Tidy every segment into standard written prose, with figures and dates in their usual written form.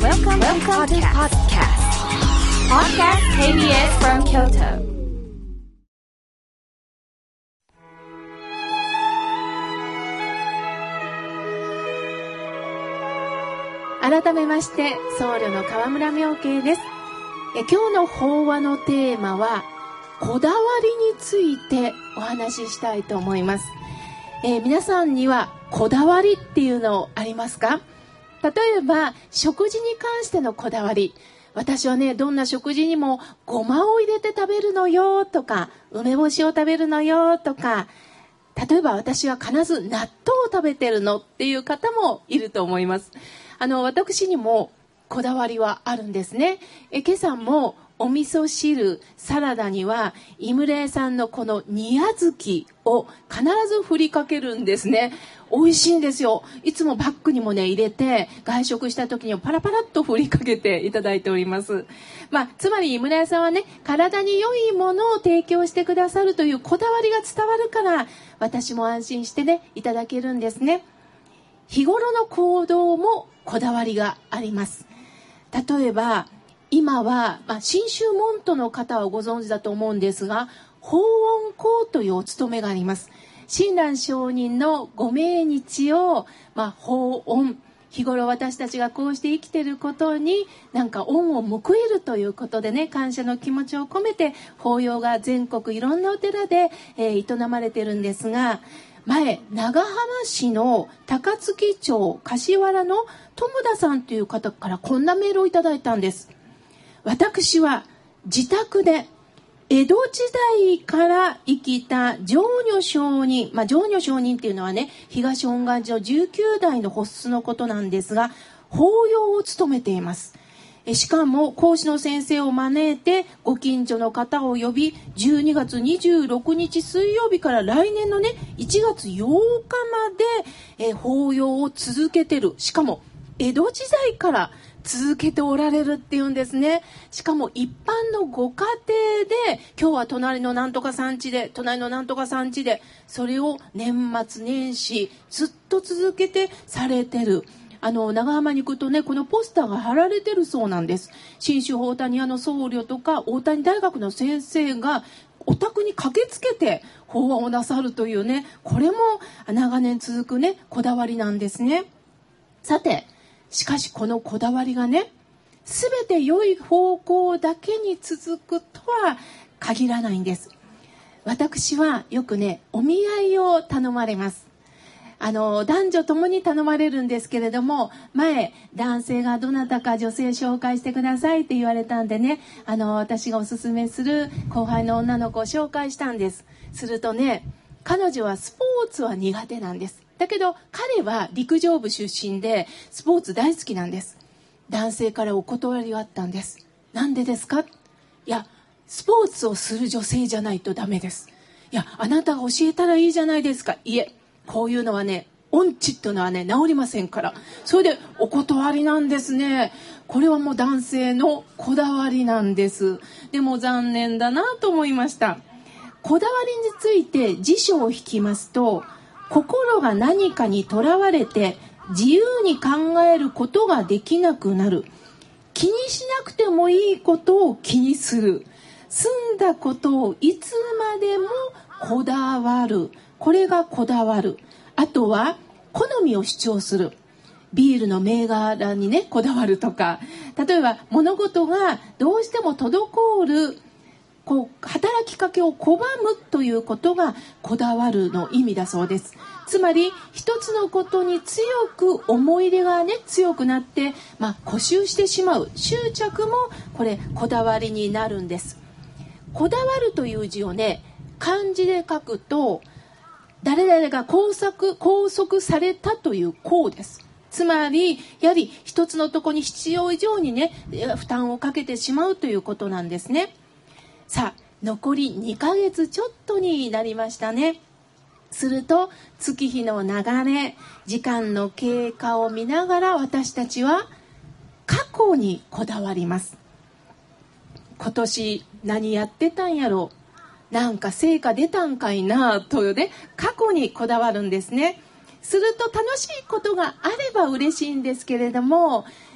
Welcome to podcast. Podcast KBS from Kyoto. 改めまして僧侶の河村妙慶です。今日の法話のテーマはこだわりについてお話ししたいと思います。皆さんにはこだわりっていうのありますか？例えば食事に関してのこだわり、私はねどんな食事にもごまを入れて食べるのよとか、梅干しを食べるのよとか、例えば私は必ず納豆を食べてるのっていう方もいると思います。私にもこだわりはあるんですね。今朝もお味噌汁、サラダには井村屋さんのこの煮小豆を必ず振りかけるんですね。美味しいんですよ。いつもバッグにもね入れて、外食した時にはパラパラっと振りかけていただいております。つまり井村屋さんはね、体に良いものを提供してくださるというこだわりが伝わるから、私も安心してねいただけるんですね。日頃の行動もこだわりがあります。例えば今は、真宗門徒の方はご存知だと思うんですが、法恩講というお務めがあります。親鸞上人のご命日を、法恩、日頃私たちがこうして生きていることに恩を報いるということでね、感謝の気持ちを込めて法要が全国いろんなお寺で、営まれているんですが、前長浜市の高槻町柏原の友田さんという方からこんなメールをいただいたんです。私は自宅で江戸時代から生きた常如上人、常如上人っていうのはね、東本願寺の19代の発出のことなんですが、法要を務めています。しかも講師の先生を招いてご近所の方を呼び、12月26日水曜日から来年のね1月8日まで法要を続けてる。しかも江戸時代から続けておられるっていうんですね。しかも一般のご家庭で、今日は隣のなんとかさん家で、隣のなんとかさん家で、それを年末年始ずっと続けてされてる。長浜に行くとね、このポスターが貼られてるそうなんです。信州大谷屋の僧侶とか大谷大学の先生がお宅に駆けつけて法話をなさるというね、これも長年続くねこだわりなんですね。さて、しかしこのこだわりがね、すべて良い方向だけに続くとは限らないんです。私はよくねお見合いを頼まれます。男女ともに頼まれるんですけれども、前男性がどなたか女性紹介してくださいって言われたんでね、私がおすすめする後輩の女の子を紹介したんです。するとね、彼女はスポーツは苦手なんです。だけど彼は陸上部出身でスポーツ大好きなんです。男性からお断りがあったんです。なんでですか？いや、スポーツをする女性じゃないとダメです。いや、あなたが教えたらいいじゃないですか。いえ、こういうのはね、音痴っていうのはね、治りませんから。それでお断りなんですね。これはもう男性のこだわりなんです。でも残念だなと思いました。こだわりについて辞書を引きますと、心が何かにとらわれて自由に考えることができなくなる。気にしなくてもいいことを気にする。済んだことをいつまでもこだわる。これがこだわる。あとは好みを主張する。ビールの銘柄にねこだわるとか、例えば物事がどうしても滞る、働きかけを拒むということがこだわるの意味だそうです。つまり一つのことに強く思い入れがね強くなって、固執してしまう執着もこれこだわりになるんです。こだわるという字をね漢字で書くと、誰々が拘束されたという項です。つまりやはり一つのとこに必要以上にね負担をかけてしまうということなんですね。さあ、残り2ヶ月ちょっとになりましたね。すると月日の流れ、時間の経過を見ながら私たちは過去にこだわります。今年何やってたんやろう、なんか成果出たんかいなというね、過去にこだわるんですね。すると楽しいことがあれば嬉しいんですけれども、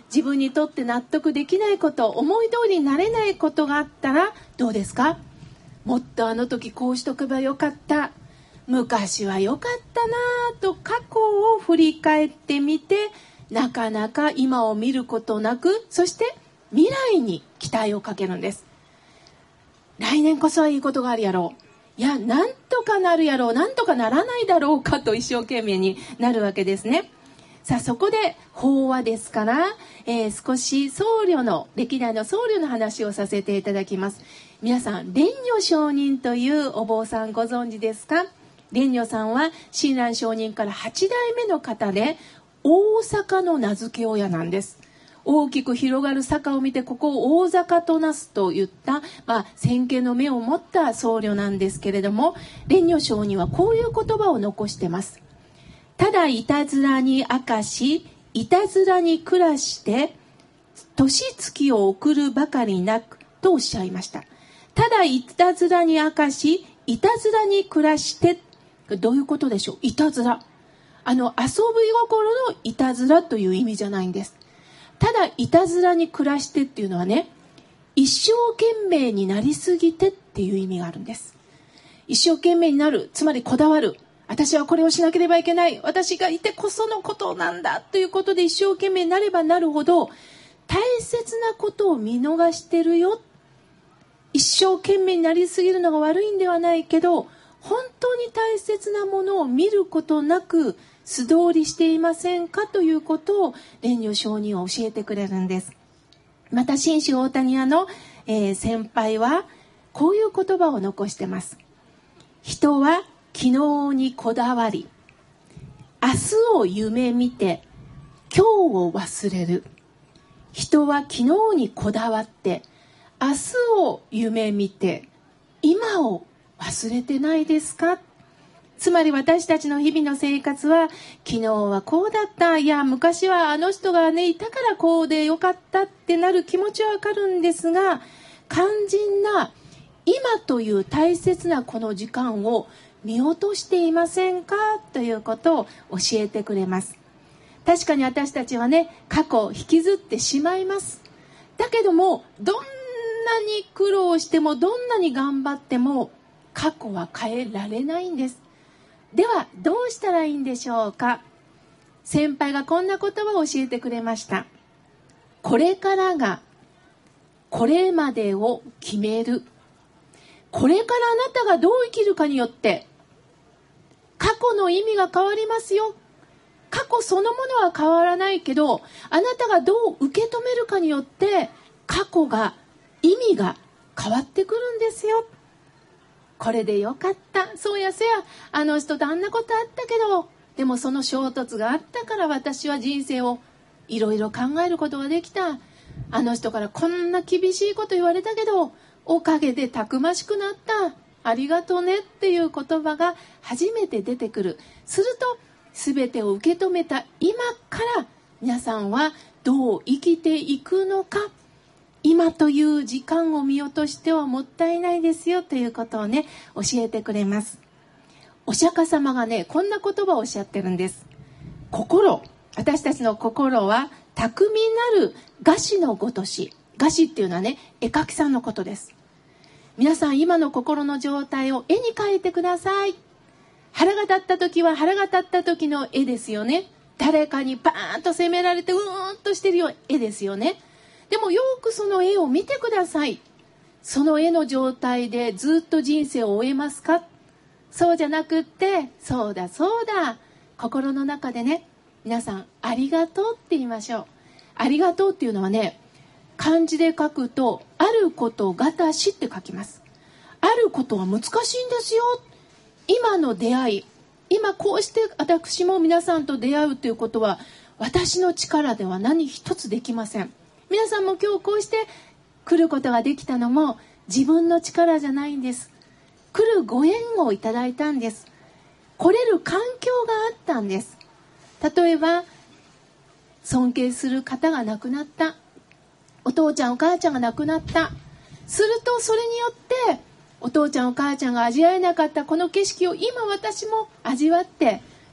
自分にとって納得できないこと、思い通りになれないことがあったらどうですか？もっとあの時こうしとけばよかった、昔はよかったなと過去を振り返ってみて、なかなか今を見ることなく、そして未来に期待をかけるんです。来年こそはいいことがあるやろう、いやなんとかなるやろう、なんとかならないだろうかと一生懸命になるわけですね。さあそこで法話ですから、少し僧侶の歴代の僧侶の話をさせていただきます。皆さん、蓮如上人というお坊さんご存知ですか？蓮如さんは親鸞上人から8代目の方で、大坂の名付け親なんです。大きく広がる坂を見て、ここを大坂となすと言った、先見の目を持った僧侶なんですけれども、蓮如上人はこういう言葉を残してます。ただいたずらに明かし、いたずらに暮らして年月を送るばかりなくとおっしゃいました。ただいたずらに明かし、いたずらに暮らして、どういうことでしょう？いたずら、遊び心のいたずらという意味じゃないんです。ただいたずらに暮らしてっていうのはね、一生懸命になりすぎてっていう意味があるんです。一生懸命になる、つまりこだわる、私はこれをしなければいけない、私がいてこそのことなんだということで一生懸命になればなるほど、大切なことを見逃してるよ。一生懸命になりすぎるのが悪いんではないけど、本当に大切なものを見ることなく素通りしていませんかということを蓮如上人は教えてくれるんです。また真宗大谷屋の、先輩はこういう言葉を残してます。人は昨日にこだわり、明日を夢見て今日を忘れる。人は昨日にこだわって明日を夢見て今を忘れてないですか？つまり私たちの日々の生活は、昨日はこうだった、いや昔はあの人がねいたからこうでよかったってなる気持ちはわかるんですが、肝心な今という大切なこの時間を見落としていませんかということを教えてくれます。確かに私たちはね、過去を引きずってしまいます。だけども、どんなに苦労しても、どんなに頑張っても過去は変えられないんです。ではどうしたらいいんでしょうか。先輩がこんな言葉を教えてくれました。これからがこれまでを決める。これからあなたがどう生きるかによって過去の意味が変わりますよ。過去そのものは変わらないけど、あなたがどう受け止めるかによって過去が、意味が変わってくるんですよ。これでよかった、そうやせやあの人とあんなことあったけど、でもその衝突があったから私は人生をいろいろ考えることができた。あの人からこんな厳しいこと言われたけど、おかげでたくましくなった、ありがとうねっていう言葉が初めて出てくる。すると全てを受け止めた今から皆さんはどう生きていくのか、今という時間を見落としてはもったいないですよということをね、教えてくれます。お釈迦様がね、こんな言葉をおっしゃってるんです。心、私たちの心は巧みなる餓死のごとし。餓死っていうのはね、絵描きさんのことです。皆さん今の心の状態を絵に描いてください。腹が立った時は腹が立った時の絵ですよね。誰かにバーンと責められてうーんとしてるような絵ですよね。でもよくその絵を見てください。その絵の状態でずっと人生を終えますか？そうじゃなくって、そうだそうだ、心の中でね、皆さんありがとうって言いましょう。ありがとうっていうのはね、漢字で書くとあることがたしって書きます。あることは難しいんですよ。今の出会い、今こうして私も皆さんと出会うということは私の力では何一つできません。皆さんも今日こうして来ることができたのも自分の力じゃないんです。来るご縁をいただいたんです。来れる環境があったんです。例えば尊敬する方が亡くなった、お父ちゃんお母ちゃんが亡くなった、するとそれによってお父ちゃんお母ちゃんが味わえなかったこの景色を今私も味わって、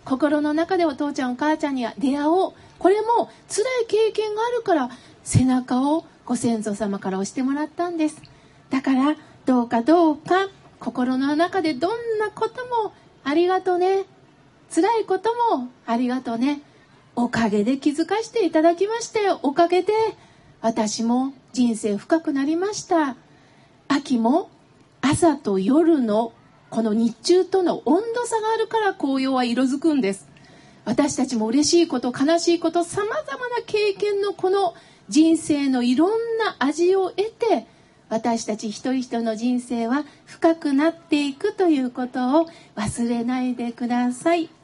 心の中でお父ちゃんお母ちゃんには出会おう。これも辛い経験があるから背中をご先祖様から押してもらったんです。だからどうか心の中でどんなこともありがとね、辛いこともありがとね、おかげで気づかせていただきましたよ。おかげで私も人生深くなりました。秋も朝と夜のこの日中との温度差があるから紅葉は色づくんです。私たちも嬉しいこと悲しいことさまざまな経験のこの人生のいろんな味を得て、私たち一人一人の人生は深くなっていくということを忘れないでください。